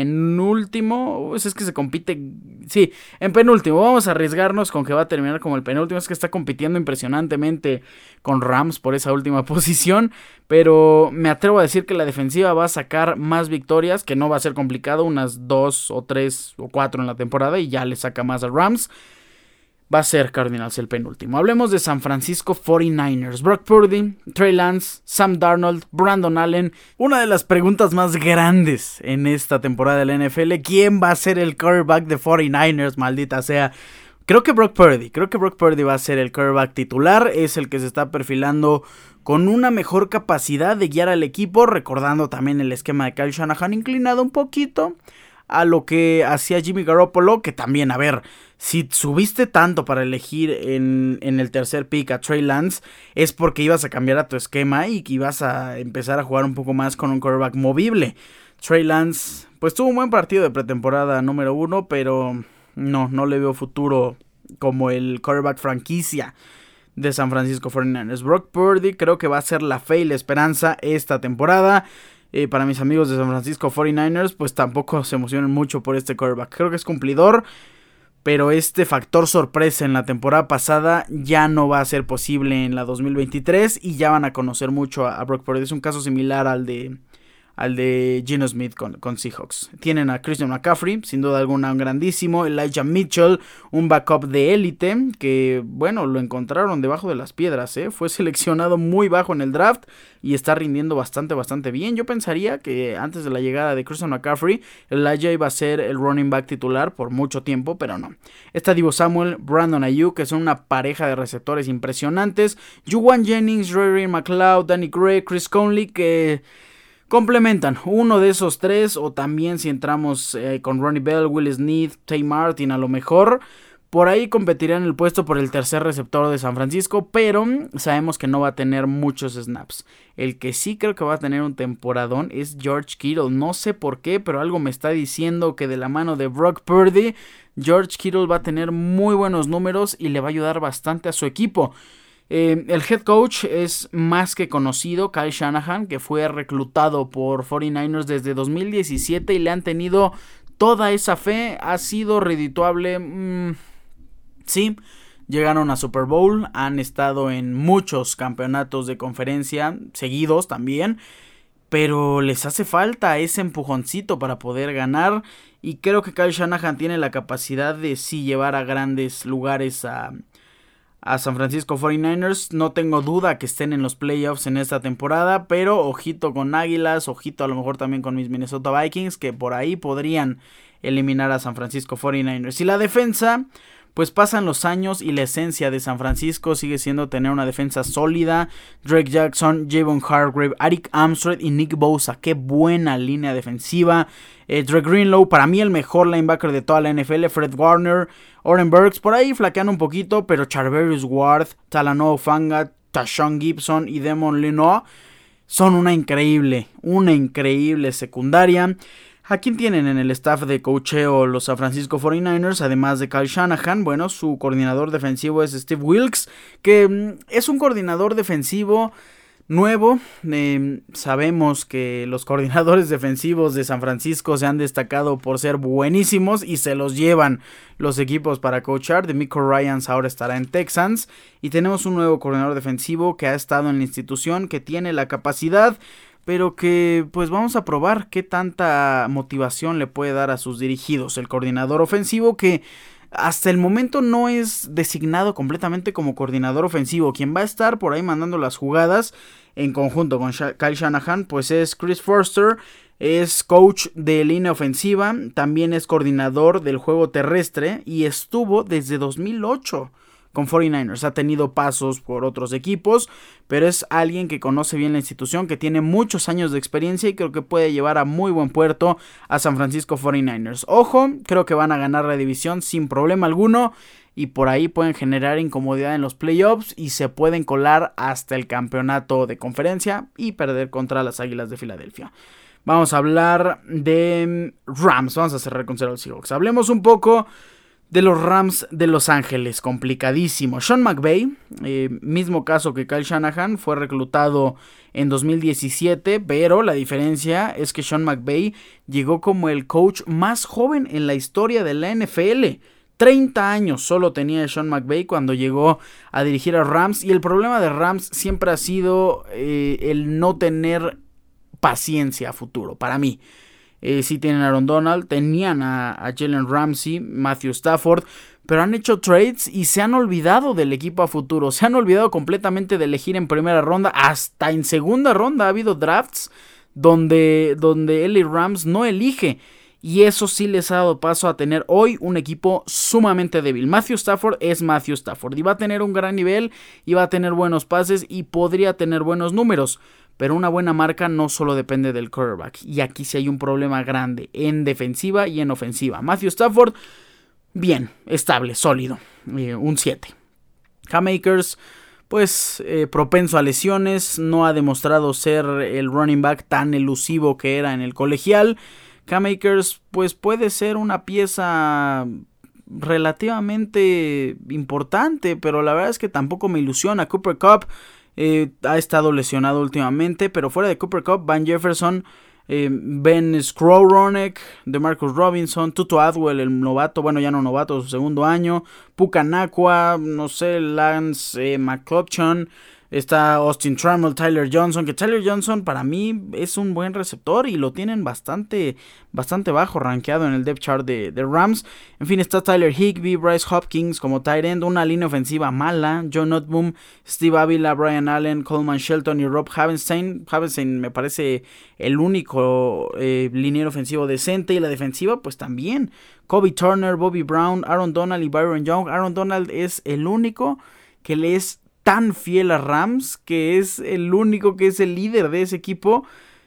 penúltimo, es que se compite, sí, en penúltimo, vamos a arriesgarnos con que va a terminar como el penúltimo, es que está compitiendo impresionantemente con Rams por esa última posición, pero me atrevo a decir que la defensiva va a sacar más victorias, que no va a ser complicado, unas dos o tres o cuatro en la temporada y ya le saca más a Rams. Va a ser Cardinals el penúltimo. Hablemos de San Francisco cuarenta y nueve ers. Brock Purdy, Trey Lance, Sam Darnold, Brandon Allen. Una de las preguntas más grandes en esta temporada de la N F L. ¿Quién va a ser el quarterback de cuarenta y nueve ers? Maldita sea. Creo que Brock Purdy. Creo que Brock Purdy va a ser el quarterback titular. Es el que se está perfilando con una mejor capacidad de guiar al equipo. Recordando también el esquema de Kyle Shanahan inclinado un poquito a lo que hacía Jimmy Garoppolo, que también, a ver, si subiste tanto para elegir en, en el tercer pick a Trey Lance, es porque ibas a cambiar a tu esquema y que ibas a empezar a jugar un poco más con un quarterback movible. Trey Lance, pues tuvo un buen partido de pretemporada número uno, pero no, no le veo futuro como el quarterback franquicia de San Francisco cuarenta y nueve ers. Brock Purdy creo que va a ser la fe y la esperanza esta temporada. Eh, para mis amigos de San Francisco cuarenta y nueve ers, pues tampoco se emocionan mucho por este quarterback. Creo que es cumplidor, pero este factor sorpresa en la temporada pasada ya no va a ser posible en la dos mil veintitrés y ya van a conocer mucho a, a Brock Purdy. Es un caso similar al de al de Geno Smith con, con Seahawks. Tienen a Christian McCaffrey, sin duda alguna un grandísimo, Elijah Mitchell, un backup de élite, que bueno, lo encontraron debajo de las piedras, ¿eh? Fue seleccionado muy bajo en el draft y está rindiendo bastante, bastante bien. Yo pensaría que antes de la llegada de Christian McCaffrey, Elijah iba a ser el running back titular por mucho tiempo, pero no. Está Deebo Samuel, Brandon Ayuk, que son una pareja de receptores impresionantes, Juwan Jennings, Ray McLeod, Danny Gray, Chris Conley, que complementan uno de esos tres, o también si entramos eh, con Ronnie Bell, Will Smith, Tay Martin, a lo mejor por ahí competirían el puesto por el tercer receptor de San Francisco, pero sabemos que no va a tener muchos snaps. El que sí creo que va a tener un temporadón es George Kittle. No sé por qué, pero algo me está diciendo que de la mano de Brock Purdy, George Kittle va a tener muy buenos números y le va a ayudar bastante a su equipo. Eh, el head coach es más que conocido, Kyle Shanahan, que fue reclutado por cuarenta y nueve ers desde dos mil diecisiete y le han tenido toda esa fe. Ha sido redituable. Mmm, sí, llegaron a Super Bowl, han estado en muchos campeonatos de conferencia seguidos también, pero les hace falta ese empujoncito para poder ganar. Y creo que Kyle Shanahan tiene la capacidad de sí llevar a grandes lugares a... a San Francisco cuarenta y nueve ers. No tengo duda que estén en los playoffs en esta temporada, pero ojito con Águilas, ojito a lo mejor también con mis Minnesota Vikings, que por ahí podrían eliminar a San Francisco cuarenta y nueve ers. Y la defensa, pues pasan los años y la esencia de San Francisco sigue siendo tener una defensa sólida. Drake Jackson, Javon Hargrave, Arik Armstead y Nick Bosa, qué buena línea defensiva. Eh, Dre Greenlow, para mí el mejor linebacker de toda la N F L. Fred Warner, Oren Burks, por ahí flaqueando un poquito, pero Charvarius Ward, Talanoa Hufanga, Tashawn Gibson y Damon Lenoir son una increíble, una increíble secundaria. ¿A quién tienen en el staff de coacheo los San Francisco cuarenta y nueve ers? Además de Kyle Shanahan, bueno, su coordinador defensivo es Steve Wilkes, que es un coordinador defensivo nuevo. Eh, sabemos que los coordinadores defensivos de San Francisco se han destacado por ser buenísimos y se los llevan los equipos para coachar. DeMeco Ryans ahora estará en Texans y tenemos un nuevo coordinador defensivo que ha estado en la institución, que tiene la capacidad, pero que pues vamos a probar qué tanta motivación le puede dar a sus dirigidos. El coordinador ofensivo, que hasta el momento no es designado completamente como coordinador ofensivo. Quien va a estar por ahí mandando las jugadas en conjunto con Kyle Shanahan, pues es Chris Foerster. Es coach de línea ofensiva, también es coordinador del juego terrestre y estuvo desde dos mil ocho con cuarenta y nueve ers. Ha tenido pasos por otros equipos, pero es alguien que conoce bien la institución, que tiene muchos años de experiencia y creo que puede llevar a muy buen puerto a San Francisco cuarenta y nueve ers. Ojo, creo que van a ganar la división sin problema alguno y por ahí pueden generar incomodidad en los playoffs y se pueden colar hasta el campeonato de conferencia y perder contra las Águilas de Filadelfia. Vamos a hablar de Rams, vamos a cerrar con Seattle Seahawks. Hablemos un poco de los Rams de Los Ángeles, complicadísimo. Sean McVay, eh, mismo caso que Kyle Shanahan, fue reclutado en dos mil diecisiete, pero la diferencia es que Sean McVay llegó como el coach más joven en la historia de la N F L. treinta años solo tenía Sean McVay cuando llegó a dirigir a Rams, y el problema de Rams siempre ha sido eh, el no tener paciencia a futuro, para mí. Eh, sí tienen a Aaron Donald, tenían a, a Jalen Ramsey, Matthew Stafford, pero han hecho trades y se han olvidado del equipo a futuro. Se han olvidado completamente de elegir en primera ronda. Hasta en segunda ronda ha habido drafts donde, donde L A Rams no elige. Y eso sí les ha dado paso a tener hoy un equipo sumamente débil. Matthew Stafford es Matthew Stafford y va a tener un gran nivel y va a tener buenos pases y podría tener buenos números. Pero una buena marca no solo depende del quarterback. Y aquí sí hay un problema grande en defensiva y en ofensiva. Matthew Stafford, bien, estable, sólido, eh, un siete. Cam Akers, pues eh, propenso a lesiones, no ha demostrado ser el running back tan elusivo que era en el colegial. Cam Akers, pues puede ser una pieza relativamente importante, pero la verdad es que tampoco me ilusiona. Cooper Kupp Eh, ha estado lesionado últimamente, pero fuera de Cooper Kupp, Van Jefferson, eh, Ben Skowronek, DeMarcus Robinson, Tutu Atwell, el novato, bueno ya no novato, su segundo año, Puka Nacua, no sé, Lance eh, McCutcheon, Está Austin Trammell, Tyler Johnson, que Tyler Johnson para mí es un buen receptor y lo tienen bastante, bastante bajo rankeado en el depth chart de, de Rams. En fin, está Tyler Higbee, Bryce Hopkins como tight end, una línea ofensiva mala, John Notboom, Steve Avila, Brian Allen, Coleman Shelton y Rob Havenstein. Havenstein me parece el único eh, liniero ofensivo decente, y la defensiva pues también. Kobe Turner, Bobby Brown, Aaron Donald y Byron Young. Aaron Donald es el único que le es tan fiel a Rams, que es el único que es el líder de ese equipo,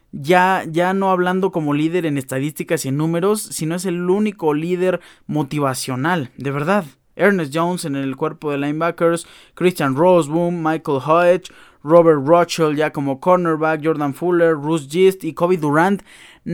ya, ya no hablando como líder en estadísticas y en números, sino es el único líder motivacional, de verdad. Ernest Jones en el cuerpo de linebackers, Christian Roseboom, Michael Hodge, Robert Rochell ya como cornerback, Jordan Fuller, Bruce Gist y Kobe Durant.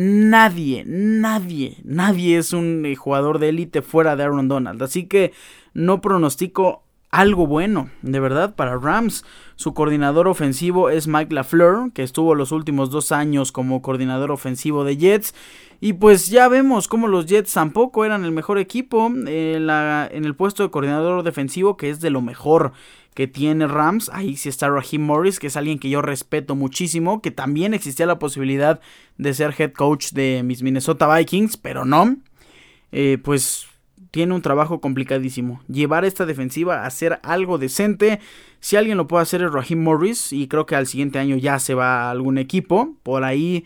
Nadie, nadie, nadie es un jugador de élite fuera de Aaron Donald, así que no pronostico algo bueno, de verdad, para Rams. Su coordinador ofensivo es Mike LaFleur, que estuvo los últimos dos años como coordinador ofensivo de Jets. Y pues ya vemos cómo los Jets tampoco eran el mejor equipo en, la, en el puesto de coordinador defensivo, que es de lo mejor que tiene Rams. Ahí sí está Raheem Morris, que es alguien que yo respeto muchísimo, que también existía la posibilidad de ser head coach de mis Minnesota Vikings, pero no. Eh, pues... tiene un trabajo complicadísimo. Llevar esta defensiva a hacer algo decente. Si alguien lo puede hacer es Raheem Morris. Y creo que al siguiente año ya se va a algún equipo. Por ahí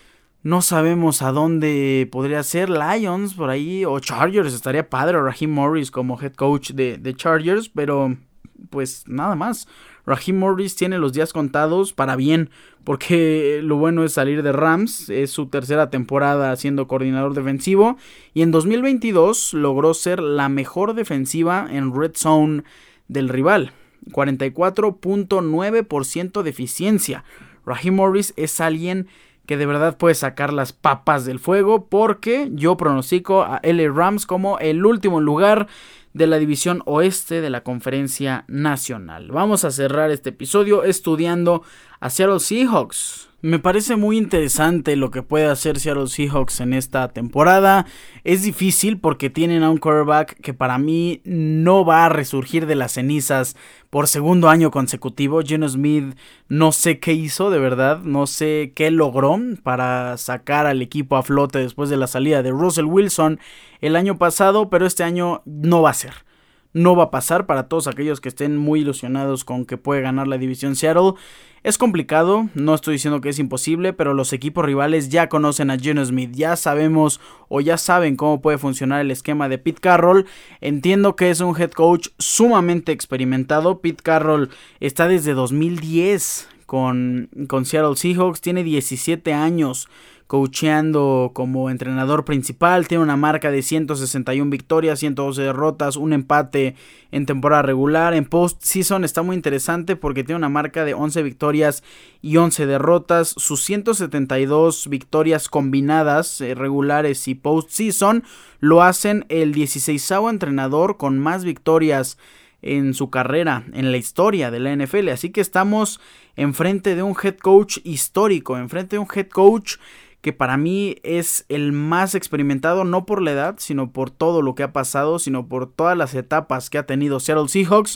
no sabemos a dónde podría ser. Lions por ahí. O Chargers. Estaría padre Raheem Morris como head coach de, de Chargers. Pero pues nada más. Raheem Morris tiene los días contados para bien, porque lo bueno es salir de Rams. Es su tercera temporada siendo coordinador defensivo y en dos mil veintidós logró ser la mejor defensiva en red zone del rival, cuarenta y cuatro punto nueve por ciento de eficiencia. Raheem Morris es alguien que de verdad puede sacar las papas del fuego, porque yo pronostico a L A Rams como el último lugar de la división oeste de la conferencia nacional. Vamos a cerrar este episodio estudiando a Seattle Seahawks. Me parece muy interesante lo que puede hacer Seattle Seahawks en esta temporada. Es difícil porque tienen a un quarterback que para mí no va a resurgir de las cenizas por segundo año consecutivo. Geno Smith no sé qué hizo, de verdad, no sé qué logró para sacar al equipo a flote después de la salida de Russell Wilson el año pasado, pero este año no va a ser. No va a pasar para todos aquellos que estén muy ilusionados con que puede ganar la división Seattle. Es complicado, no estoy diciendo que es imposible, pero los equipos rivales ya conocen a Geno Smith, ya sabemos o ya saben cómo puede funcionar el esquema de Pete Carroll. Entiendo que es un head coach sumamente experimentado. Pete Carroll está desde dos mil diez con, con Seattle Seahawks, tiene diecisiete años coacheando como entrenador principal, tiene una marca de ciento sesenta y una victorias, ciento doce derrotas, un empate en temporada regular. En postseason está muy interesante porque tiene una marca de once victorias y once derrotas. Sus ciento setenta y dos victorias combinadas, eh, regulares y postseason, lo hacen el dieciseisavo entrenador con más victorias en su carrera, en la historia de la N F L. Así que estamos enfrente de un head coach histórico, enfrente de un head coach que para mí es el más experimentado, no por la edad, sino por todo lo que ha pasado, sino por todas las etapas que ha tenido Seattle Seahawks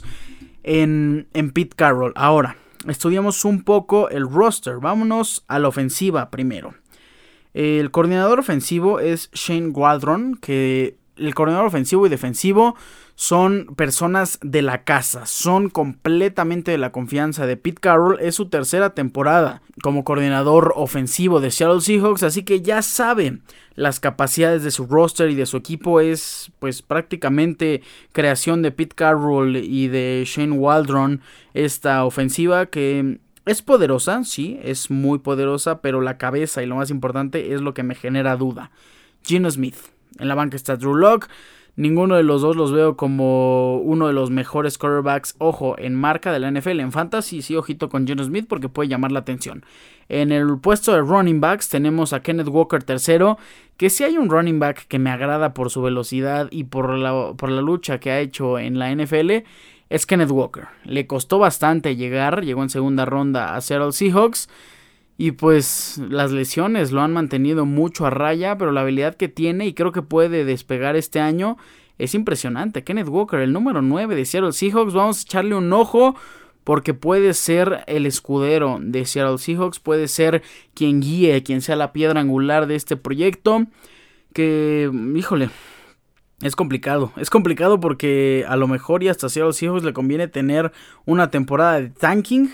en, en Pete Carroll. Ahora, estudiamos un poco el roster. Vámonos a la ofensiva primero. El coordinador ofensivo es Shane Waldron, que el coordinador ofensivo y defensivo son personas de la casa, son completamente de la confianza de Pete Carroll. Es su tercera temporada como coordinador ofensivo de Seattle Seahawks, así que ya sabe las capacidades de su roster y de su equipo. Es pues prácticamente creación de Pete Carroll y de Shane Waldron esta ofensiva, que es poderosa, sí, es muy poderosa, pero la cabeza y lo más importante es lo que me genera duda. Geno Smith. En la banca está Drew Lock. Ninguno de los dos los veo como uno de los mejores quarterbacks, ojo, en marca de la N F L. En fantasy sí, ojito con Geno Smith porque puede llamar la atención. En el puesto de running backs tenemos a Kenneth Walker tercero, que si hay un running back que me agrada por su velocidad y por la, por la lucha que ha hecho en la N F L, es Kenneth Walker. Le costó bastante llegar, llegó en segunda ronda a Seattle Seahawks. Y pues las lesiones lo han mantenido mucho a raya, pero la habilidad que tiene y creo que puede despegar este año es impresionante. Kenneth Walker, el número nueve de Seattle Seahawks, vamos a echarle un ojo porque puede ser el escudero de Seattle Seahawks, puede ser quien guíe, quien sea la piedra angular de este proyecto, que, híjole, es complicado, es complicado porque a lo mejor y hasta Seattle Seahawks le conviene tener una temporada de tanking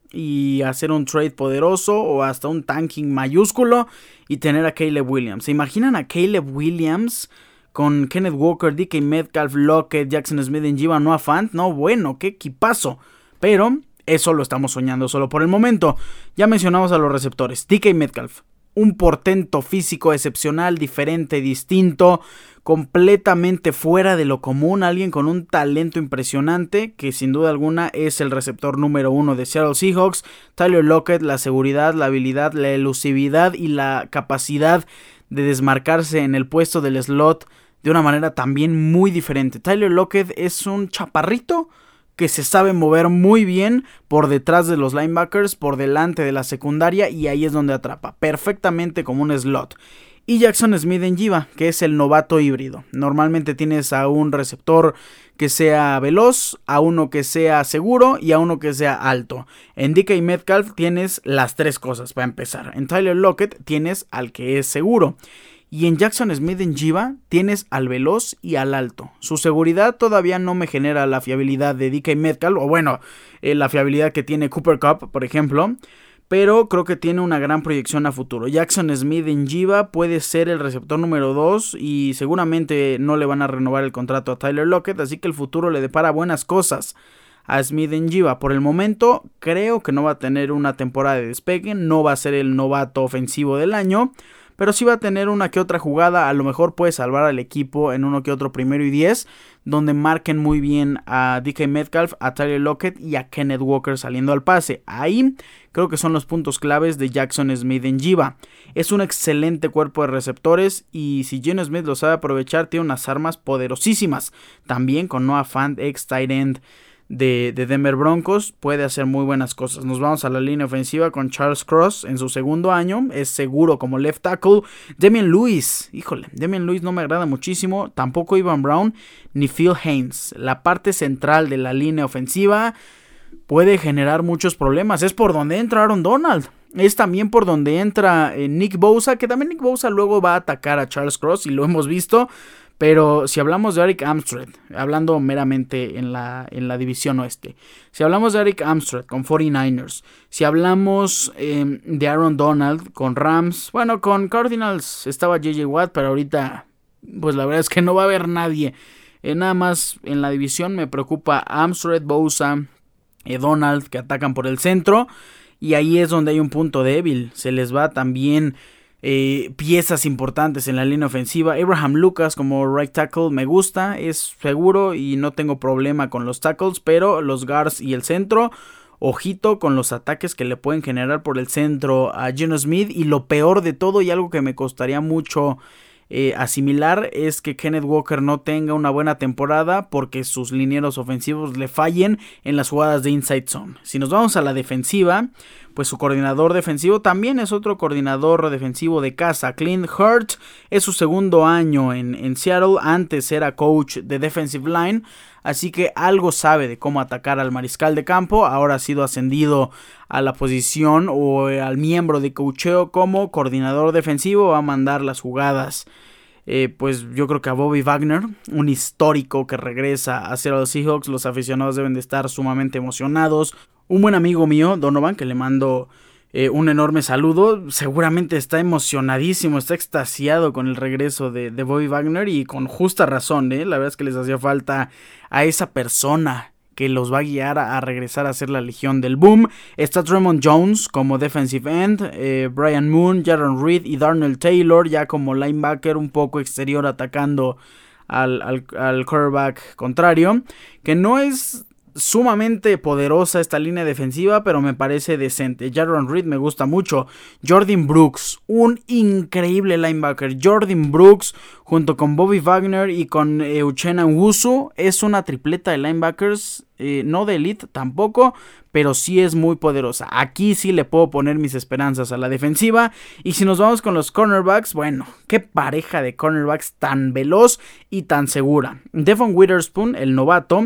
y hacer un trade poderoso o hasta un tanking mayúsculo y tener a Caleb Williams. ¿Se imaginan a Caleb Williams con Kenneth Walker, D K Metcalf, Lockett, Jackson Smith-Njigba, Noah Fant? No, bueno, qué equipazo. Pero eso lo estamos soñando solo por el momento. Ya mencionamos a los receptores. D K Metcalf, un portento físico excepcional, diferente, distinto, completamente fuera de lo común, alguien con un talento impresionante, que sin duda alguna es el receptor número uno de Seattle Seahawks. Tyler Lockett, la seguridad, la habilidad, la elusividad y la capacidad de desmarcarse en el puesto del slot de una manera también muy diferente. Tyler Lockett es un chaparrito que se sabe mover muy bien por detrás de los linebackers, por delante de la secundaria, y ahí es donde atrapa, perfectamente como un slot. Y Jackson Smith-Njigba, que es el novato híbrido. Normalmente tienes a un receptor que sea veloz, a uno que sea seguro y a uno que sea alto. En D K Metcalf tienes las tres cosas para empezar. En Tyler Lockett tienes al que es seguro. Y en Jackson Smith-Njigba tienes al veloz y al alto. Su seguridad todavía no me genera la fiabilidad de D K Metcalf, o bueno, eh, la fiabilidad que tiene Cooper Kupp, por ejemplo. Pero creo que tiene una gran proyección a futuro. Jackson Smith-Njigba puede ser el receptor número dos y seguramente no le van a renovar el contrato a Tyler Lockett, así que el futuro le depara buenas cosas a Smith-Njigba. Por el momento creo que no va a tener una temporada de despegue, no va a ser el novato ofensivo del año, pero sí va a tener una que otra jugada, a lo mejor puede salvar al equipo en uno que otro primero y diez, donde marquen muy bien a D K Metcalf, a Tyler Lockett y a Kenneth Walker saliendo al pase. Ahí creo que son los puntos claves de Jackson Smith-Njigba. Es un excelente cuerpo de receptores y si Geno Smith lo sabe aprovechar, tiene unas armas poderosísimas. También con Noah Fant, ex tight end de, de Denver Broncos, puede hacer muy buenas cosas. Nos vamos a la línea ofensiva con Charles Cross en su segundo año, es seguro como left tackle. Damien Lewis, híjole, Damien Lewis no me agrada muchísimo, tampoco Ivan Brown ni Phil Haynes. La parte central de la línea ofensiva puede generar muchos problemas, es por donde entra Aaron Donald. Es también por donde entra eh, Nick Bosa, que también Nick Bosa luego va a atacar a Charles Cross y lo hemos visto. Pero si hablamos de Arik Armstead, hablando meramente en la, en la división oeste, si hablamos de Arik Armstead con cuarenta y nueve ers, si hablamos eh, de Aaron Donald con Rams, bueno, con Cardinals estaba J J Watt, pero ahorita pues la verdad es que no va a haber nadie. Eh, nada más en la división me preocupa Armstead, Bosa, eh, Donald, que atacan por el centro, y ahí es donde hay un punto débil. Se les va también Eh, piezas importantes en la línea ofensiva. Abraham Lucas como right tackle me gusta, es seguro y no tengo problema con los tackles, pero los guards y el centro, ojito con los ataques que le pueden generar por el centro a Geno Smith. Y lo peor de todo, y algo que me costaría mucho eh, asimilar, es que Kenneth Walker no tenga una buena temporada porque sus linieros ofensivos le fallen en las jugadas de inside zone. Si nos vamos a la defensiva, pues su coordinador defensivo también es otro coordinador defensivo de casa. Clint Hurtt es su segundo año en, en Seattle, antes era coach de defensive line, así que algo sabe de cómo atacar al mariscal de campo. Ahora ha sido ascendido a la posición o al miembro de coacheo como coordinador defensivo, va a mandar las jugadas. Eh, pues yo creo que a Bobby Wagner, un histórico que regresa a Seattle Seahawks, los aficionados deben de estar sumamente emocionados. Un buen amigo mío, Donovan, que le mando eh, un enorme saludo, seguramente está emocionadísimo, está extasiado con el regreso de, de Bobby Wagner, y con justa razón, ¿eh? La verdad es que les hacía falta a esa persona que los va a guiar a, a regresar a ser la Legión del Boom. Está Draymond Jones como defensive end, eh, Brian Moon, Jaron Reed y Darnell Taylor ya como linebacker un poco exterior atacando al, al, al quarterback contrario, que no es sumamente poderosa esta línea defensiva, pero me parece decente. Jaron Reed me gusta mucho. Jordan Brooks, un increíble linebacker. Jordan Brooks junto con Bobby Wagner y con eh, Uchenna Nwosu es una tripleta de linebackers, eh, no de elite tampoco, pero sí es muy poderosa. Aquí sí le puedo poner mis esperanzas a la defensiva. Y si nos vamos con los cornerbacks, bueno, qué pareja de cornerbacks tan veloz y tan segura. Devon Witherspoon, el novato,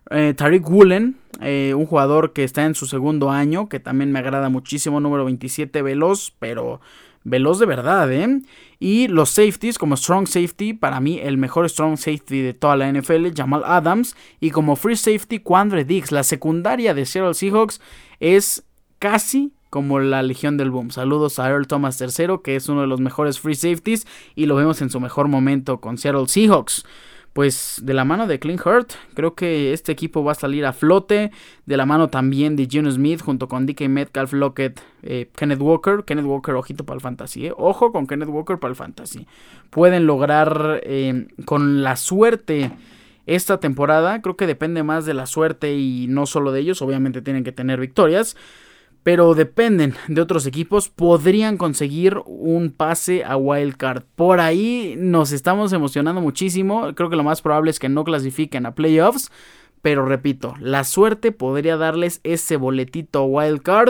Eh, Tariq Woolen, eh, un jugador que está en su segundo año, que también me agrada muchísimo, número veintisiete, veloz, pero veloz de verdad, ¿eh? Y los safeties, como strong safety, para mí el mejor strong safety de toda la N F L, Jamal Adams, y como free safety, Quandre Diggs. La secundaria de Seattle Seahawks es casi como la Legión del Boom. Saludos a Earl Thomas tercero, que es uno de los mejores free safeties, y lo vemos en su mejor momento con Seattle Seahawks. Pues de la mano de Clint Hurt, creo que este equipo va a salir a flote. De la mano también de Geno Smith, junto con D K Metcalf, Lockett, eh, Kenneth Walker. Kenneth Walker, ojito para el fantasy, eh. Ojo con Kenneth Walker para el fantasy. Pueden lograr eh, con la suerte esta temporada. Creo que depende más de la suerte y no solo de ellos. Obviamente tienen que tener victorias, pero dependen de otros equipos. Podrían conseguir un pase a Wild Card. Por ahí nos estamos emocionando muchísimo. Creo que lo más probable es que no clasifiquen a playoffs. Pero repito, la suerte podría darles ese boletito a Wild Card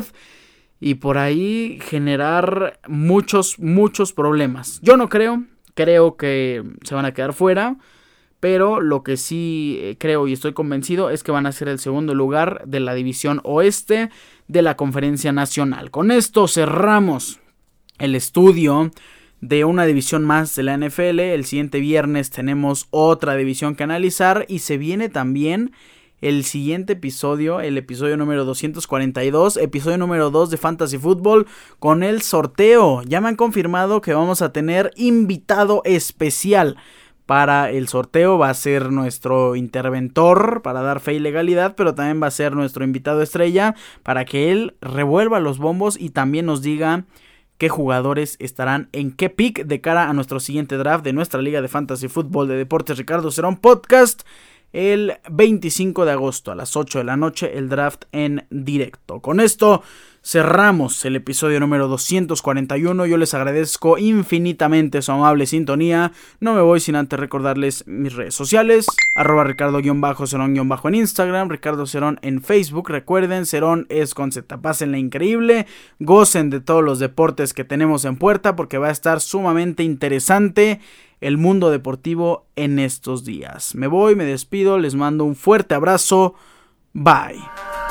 y por ahí generar muchos, muchos problemas. Yo no creo. Creo que se van a quedar fuera. Pero lo que sí creo y estoy convencido es que van a ser el segundo lugar de la división oeste de la Conferencia Nacional. Con esto cerramos el estudio de una división más de la N F L. El siguiente viernes tenemos otra división que analizar y se viene también el siguiente episodio, el episodio número doscientos cuarenta y dos, episodio número dos de Fantasy Football con el sorteo. Ya me han confirmado que vamos a tener invitado especial para el sorteo. Va a ser nuestro interventor para dar fe y legalidad, pero también va a ser nuestro invitado estrella para que él revuelva los bombos y también nos diga qué jugadores estarán en qué pick de cara a nuestro siguiente draft de nuestra Liga de Fantasy Fútbol de Deportes Ricardo Cerón Podcast. El veinticinco de agosto a las ocho de la noche, el draft en directo. Con esto cerramos el episodio número doscientos cuarenta y uno. Yo les agradezco infinitamente su amable sintonía. No me voy sin antes recordarles mis redes sociales. Arroba Ricardo-Cerón- en Instagram. Ricardo Cerón en Facebook. Recuerden, Cerón es con Z. Pásenla increíble. Gocen de todos los deportes que tenemos en puerta porque va a estar sumamente interesante el mundo deportivo en estos días. Me voy, me despido, les mando un fuerte abrazo. Bye.